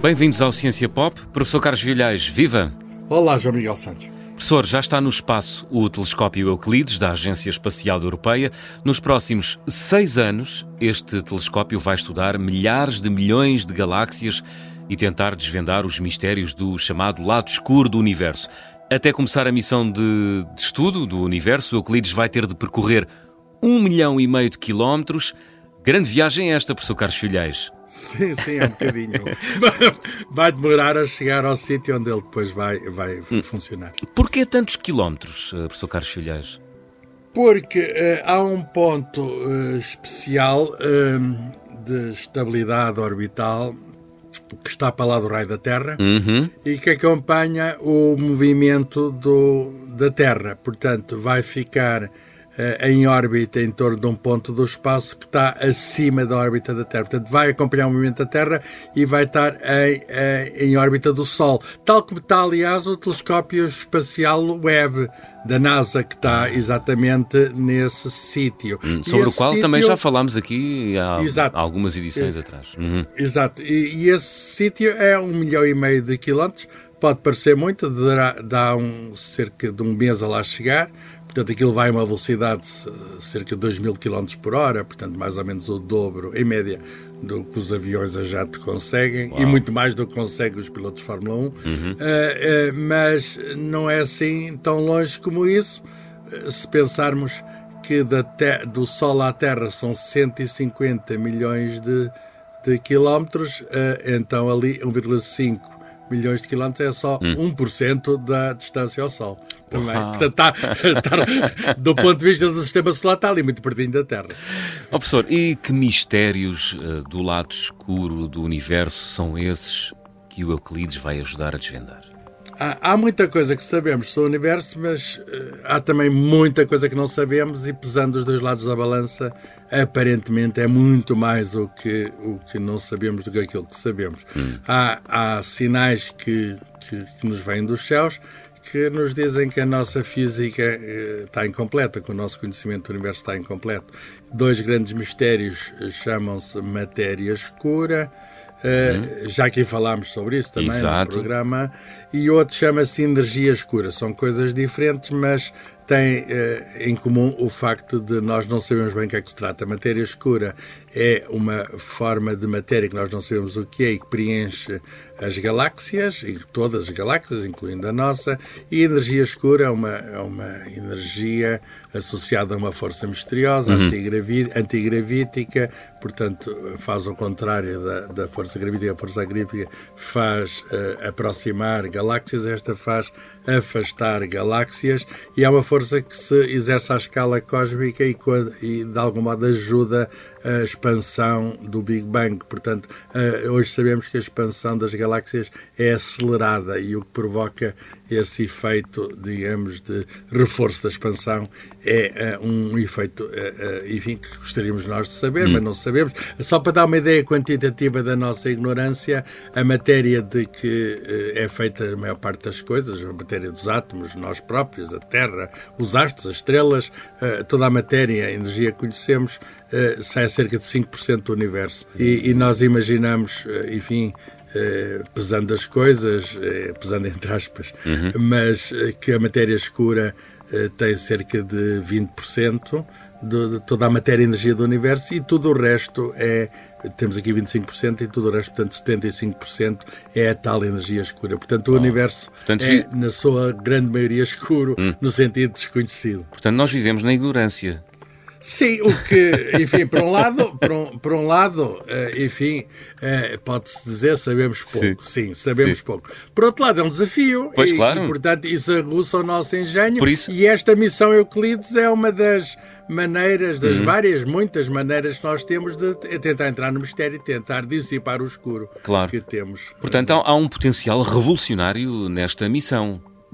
Bem-vindos ao Ciência Pop. Professor Carlos Vilhais, viva! Olá, João Miguel Santos. Professor, já está no espaço o telescópio Euclides, da Agência Espacial Europeia. Nos próximos 6 anos, este telescópio vai estudar milhares de milhões de galáxias e tentar desvendar os mistérios do chamado lado escuro do universo. Até começar a missão de estudo do universo, o Euclides vai ter de percorrer 1,5 milhão de quilómetros. Grande viagem esta, professor Carlos Vilhais. Sim, é um bocadinho. Vai demorar a chegar ao sítio onde ele depois vai funcionar. Porquê tantos quilómetros, professor Carlos Vilhais? Porque há um ponto especial de estabilidade orbital que está para lá do raio da Terra e que acompanha o movimento da Terra. Portanto, vai ficar em órbita em torno de um ponto do espaço que está acima da órbita da Terra. Portanto, vai acompanhar o movimento da Terra e vai estar em órbita do Sol. Tal como está, aliás, o telescópio espacial Webb da NASA, que está exatamente nesse sítio. Sobre o qual também já falámos aqui há algumas edições atrás. Exato. E esse sítio é 1,5 milhão de quilómetros. Pode parecer muito, dá cerca de um mês a lá chegar. Portanto, aquilo vai a uma velocidade de cerca de 2.000 km por hora, portanto, mais ou menos o dobro, em média, do que os aviões a jato conseguem. Uau. E muito mais do que conseguem os pilotos de Fórmula 1. Mas não é assim tão longe como isso. Se pensarmos que do Sol à Terra são 150 milhões de quilómetros, então ali 1,5 milhões de quilómetros é só 1% da distância ao Sol. Também. Portanto, do ponto de vista do sistema solar, está ali muito pertinho da Terra. Professor, e que mistérios do lado escuro do universo são esses que o Euclides vai ajudar a desvendar? Há muita coisa que sabemos sobre o universo, mas há também muita coisa que não sabemos e, pesando os dois lados da balança, aparentemente é muito mais o que não sabemos do que aquilo que sabemos. Há sinais que nos vêm dos céus que nos dizem que a nossa física está incompleta, que o nosso conhecimento do universo está incompleto. 2 grandes mistérios chamam-se matéria escura, já aqui falámos sobre isso também no programa, e outro chama-se energia escura. São coisas diferentes, mas têm em comum o facto de nós não sabemos bem o que é que se trata. A matéria escura é uma forma de matéria que nós não sabemos o que é e que preenche as galáxias, e todas as galáxias, incluindo a nossa, e a energia escura é uma energia associada a uma força misteriosa, antigravítica, portanto faz o contrário da força gravítica. A força gravítica faz aproximar galáxias, esta faz afastar galáxias, e é uma força que se exerce à escala cósmica e de algum modo ajuda a expansão do Big Bang. Portanto, hoje sabemos que a expansão das galáxias é acelerada e o que provoca esse efeito, digamos, de reforço da expansão é um efeito, enfim, que gostaríamos nós de saber, mas não sabemos. Só para dar uma ideia quantitativa da nossa ignorância, a matéria de que é feita a maior parte das coisas, a matéria dos átomos, nós próprios, a Terra, os astros, as estrelas, toda a matéria, a energia que conhecemos, sai cerca de 5% do universo. E nós imaginamos, enfim, pesando as coisas, pesando entre aspas, mas que a matéria escura tem cerca de 20% de toda a matéria e energia do universo, e tudo o resto temos aqui 25% e tudo o resto, portanto 75% é a tal energia escura. Portanto, o universo é, na sua grande maioria, escuro, no sentido desconhecido. Portanto, nós vivemos na ignorância. Sim, o que, enfim, por um lado, enfim, pode-se dizer sabemos pouco. Sim, sabemos pouco. Por outro lado, é um desafio. Pois, claro. E, portanto, isso aguça o nosso engenho. Por isso... E esta missão Euclides é uma das maneiras, das muitas maneiras que nós temos de tentar entrar no mistério e tentar dissipar o escuro que temos. Portanto, há um potencial revolucionário nesta missão.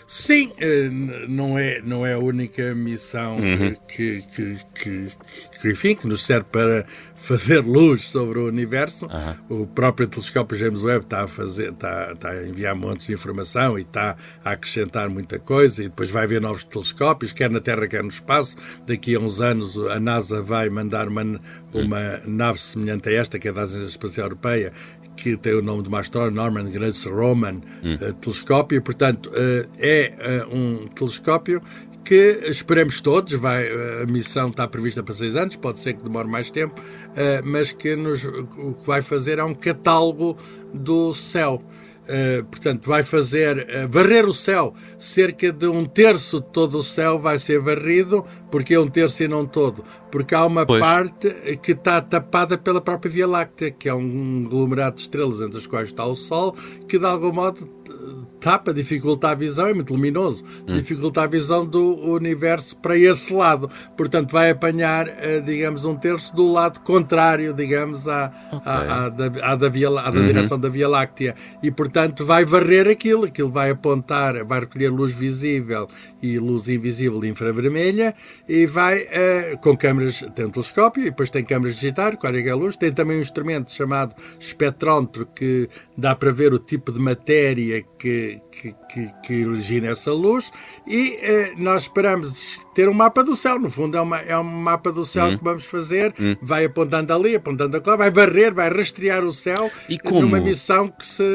Sim, não é a única missão que nos serve para fazer luz sobre o universo. O próprio telescópio James Webb está a enviar montes de informação e está a acrescentar muita coisa, e depois vai haver novos telescópios, quer na Terra, quer no espaço. Daqui a uns anos a NASA vai mandar uma nave semelhante a esta, que é da Agência Espacial Europeia, que tem o nome de uma astrónoma, Norman Grace Roman telescópio. Portanto, é um telescópio que esperemos todos, a missão está prevista para 6 anos, pode ser que demore mais tempo, mas que o que vai fazer é um catálogo do céu. Portanto, vai varrer o céu. Cerca de 1/3 de todo o céu vai ser varrido. Porque é 1/3 e não todo? Porque há uma parte que está tapada pela própria Via Láctea, que é um aglomerado de estrelas entre as quais está o Sol, que de algum modo tapa, dificulta a visão, é muito luminoso, dificulta a visão do universo para esse lado. Portanto, vai apanhar, digamos, 1/3 do lado contrário, digamos, à da direção da Via Láctea. E, portanto, vai varrer aquilo vai apontar, vai recolher luz visível e luz invisível infravermelha, e vai, com câmaras, tem um telescópio, e depois tem câmaras digitais, claro, a luz, tem também um instrumento chamado espectrómetro, que dá para ver o tipo de matéria que origina essa luz, e nós esperamos ter um mapa do céu. No fundo é um mapa do céu que vamos fazer, vai apontando ali, apontando lá, vai varrer, vai rastrear o céu, e como? Numa missão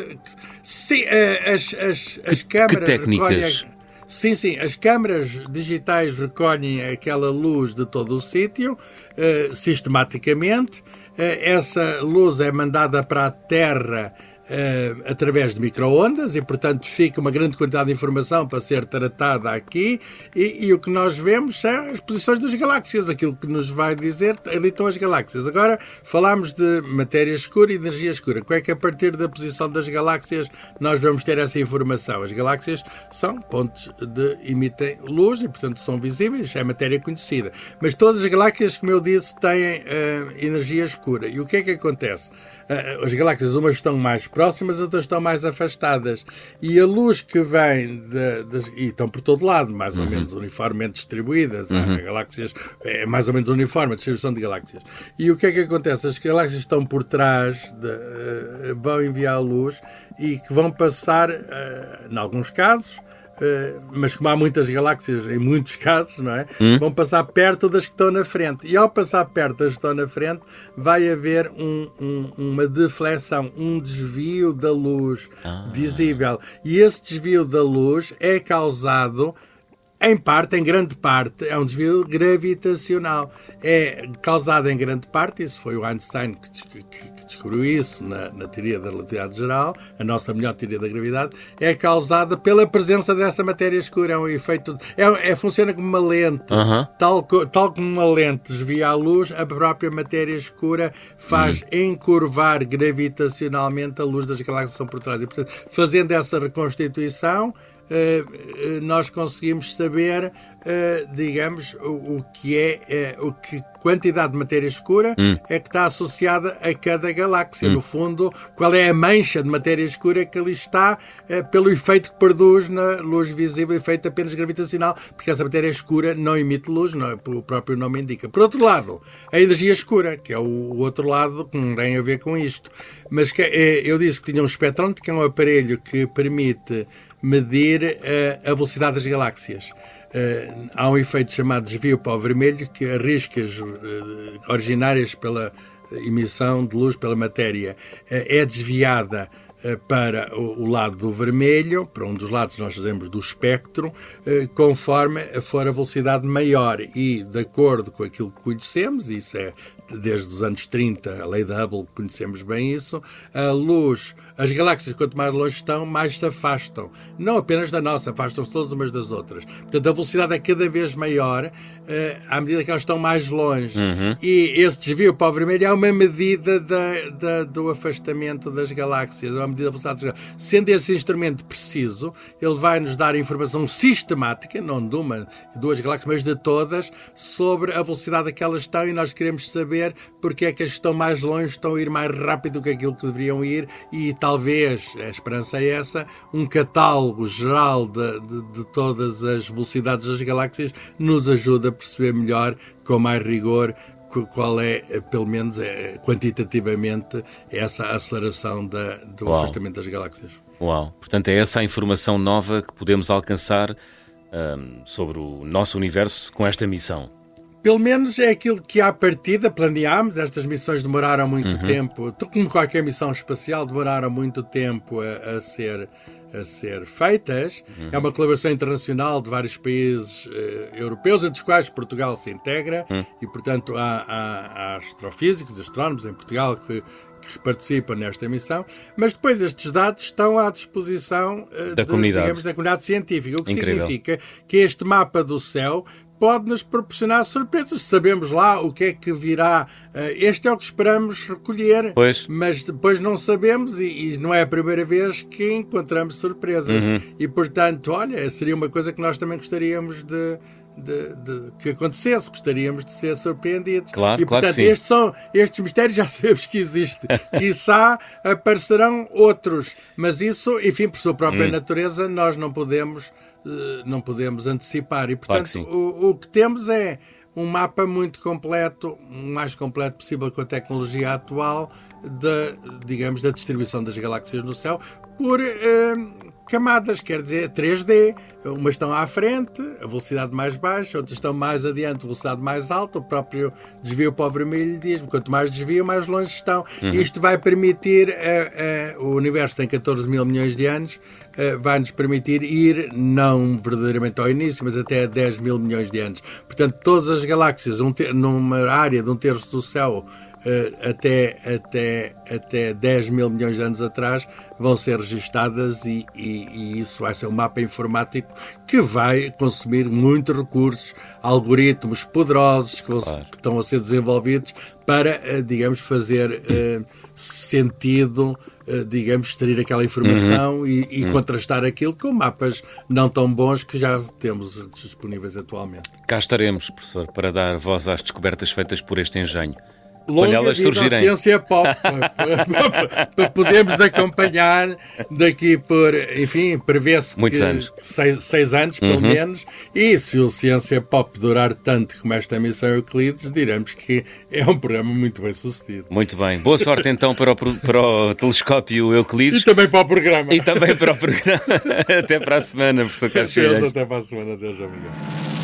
as câmaras... Que técnicas? Sim, as câmaras digitais recolhem aquela luz de todo o sítio, sistematicamente. Essa luz é mandada para a Terra através de micro-ondas, e, portanto, fica uma grande quantidade de informação para ser tratada aqui, e o que nós vemos são as posições das galáxias, aquilo que nos vai dizer, ali estão as galáxias. Agora, falámos de matéria escura e energia escura. Como é que a partir da posição das galáxias nós vamos ter essa informação? As galáxias são pontos emitem luz e, portanto, são visíveis, é matéria conhecida. Mas todas as galáxias, como eu disse, têm energia escura. E o que é que acontece? As galáxias, umas estão mais próximas, outras estão mais afastadas. E a luz que vem e estão por todo lado, mais ou menos uniformemente distribuídas. Há galáxias, é mais ou menos uniforme a distribuição de galáxias. E o que é que acontece? As galáxias estão por trás, vão enviar luz, e que vão passar, em alguns casos, mas como há muitas galáxias, em muitos casos, não é? Vão passar perto das que estão na frente. E ao passar perto das que estão na frente, vai haver uma deflexão, um desvio da luz visível. E esse desvio da luz é causado, em grande parte, é um desvio gravitacional. É causado em grande parte, isso foi o Einstein que descobriu isso na teoria da relatividade geral, a nossa melhor teoria da gravidade, é causada pela presença dessa matéria escura. É um efeito, funciona como uma lente. Tal como uma lente desvia a luz, a própria matéria escura faz encurvar gravitacionalmente a luz das galáxias que são por trás. E, portanto, fazendo essa reconstituição, nós conseguimos saber, digamos, o que quantidade de matéria escura é que está associada a cada galáxia. No fundo, qual é a mancha de matéria escura que ali está, pelo efeito que produz na luz visível, efeito apenas gravitacional, porque essa matéria escura não emite luz, o próprio nome indica. Por outro lado, a energia escura, que é o outro lado que não tem a ver com isto. Mas eu disse que tinha um espectrómetro, que é um aparelho que permite medir a velocidade das galáxias. Há um efeito chamado desvio para o vermelho, que arriscas originárias pela emissão de luz pela matéria é desviada para o lado do vermelho, para um dos lados nós fazemos do espectro, conforme for a velocidade maior, e de acordo com aquilo que conhecemos, isso é desde os anos 30, a lei de Hubble, conhecemos bem isso, a luz, as galáxias, quanto mais longe estão, mais se afastam. Não apenas da nossa, afastam-se todas umas das outras. Portanto, a velocidade é cada vez maior à medida que elas estão mais longe. E esse desvio para o vermelho é uma medida do afastamento das galáxias, é uma medida da velocidade das galáxias. Sendo esse instrumento preciso, ele vai nos dar informação sistemática, não de uma e duas galáxias, mas de todas, sobre a velocidade a que elas estão, e nós queremos saber porque é que as que estão mais longe estão a ir mais rápido do que aquilo que deveriam ir, e tal talvez, a esperança é essa, um catálogo geral de todas as velocidades das galáxias nos ajuda a perceber melhor, com mais rigor, qual é, pelo menos quantitativamente, essa aceleração do afastamento das galáxias. Uau! Portanto, é essa a informação nova que podemos alcançar sobre o nosso universo com esta missão. Pelo menos é aquilo que à partida planeámos. Estas missões demoraram muito tempo, como qualquer missão espacial, demoraram muito tempo a ser feitas. É uma colaboração internacional de vários países europeus, entre os quais Portugal se integra, e, portanto, há astrofísicos, astrónomos em Portugal que participam nesta missão, mas depois estes dados estão à disposição da comunidade científica, o que Incrível. significa que este mapa do céu pode nos proporcionar surpresas. Sabemos lá o que é que virá. Este é o que esperamos recolher, mas depois não sabemos e não é a primeira vez que encontramos surpresas. E, portanto, olha, seria uma coisa que nós também gostaríamos de que acontecesse, gostaríamos de ser surpreendidos. Claro, e, portanto, claro estes mistérios já sabemos que existem. Quiçá aparecerão outros, mas isso, enfim, por sua própria natureza, nós não podemos antecipar. E, portanto, claro o que temos é um mapa muito completo, o mais completo possível com a tecnologia atual, da distribuição das galáxias no céu, por camadas, quer dizer, 3D. Umas estão à frente, a velocidade mais baixa, outras estão mais adiante, a velocidade mais alta. O próprio desvio para o vermelho diz-me, quanto mais desvio, mais longe estão. Isto vai permitir, o universo tem 14 mil milhões de anos, vai-nos permitir ir, não verdadeiramente ao início, mas até 10 mil milhões de anos. Portanto, todas as galáxias, numa área de 1/3 do céu, até 10 mil milhões de anos atrás, vão ser registadas e isso vai ser um mapa informático que vai consumir muitos recursos, algoritmos poderosos que estão a ser desenvolvidos para, digamos, fazer sentido, digamos, extrair aquela informação e contrastar aquilo com mapas não tão bons que já temos disponíveis atualmente. Cá estaremos, professor, para dar voz às descobertas feitas por este engenho. Longa vida à ciência pop, para podermos acompanhar daqui por, enfim, prevê-se muitos anos. 6 anos, pelo menos, e se o Ciência Pop durar tanto como esta missão Euclides, diremos que é um programa muito bem sucedido. Muito bem. Boa sorte então para o telescópio Euclides. E também para o programa. Até para a semana, professor Carlos Cheirense. Até para a semana. Deus, obrigado.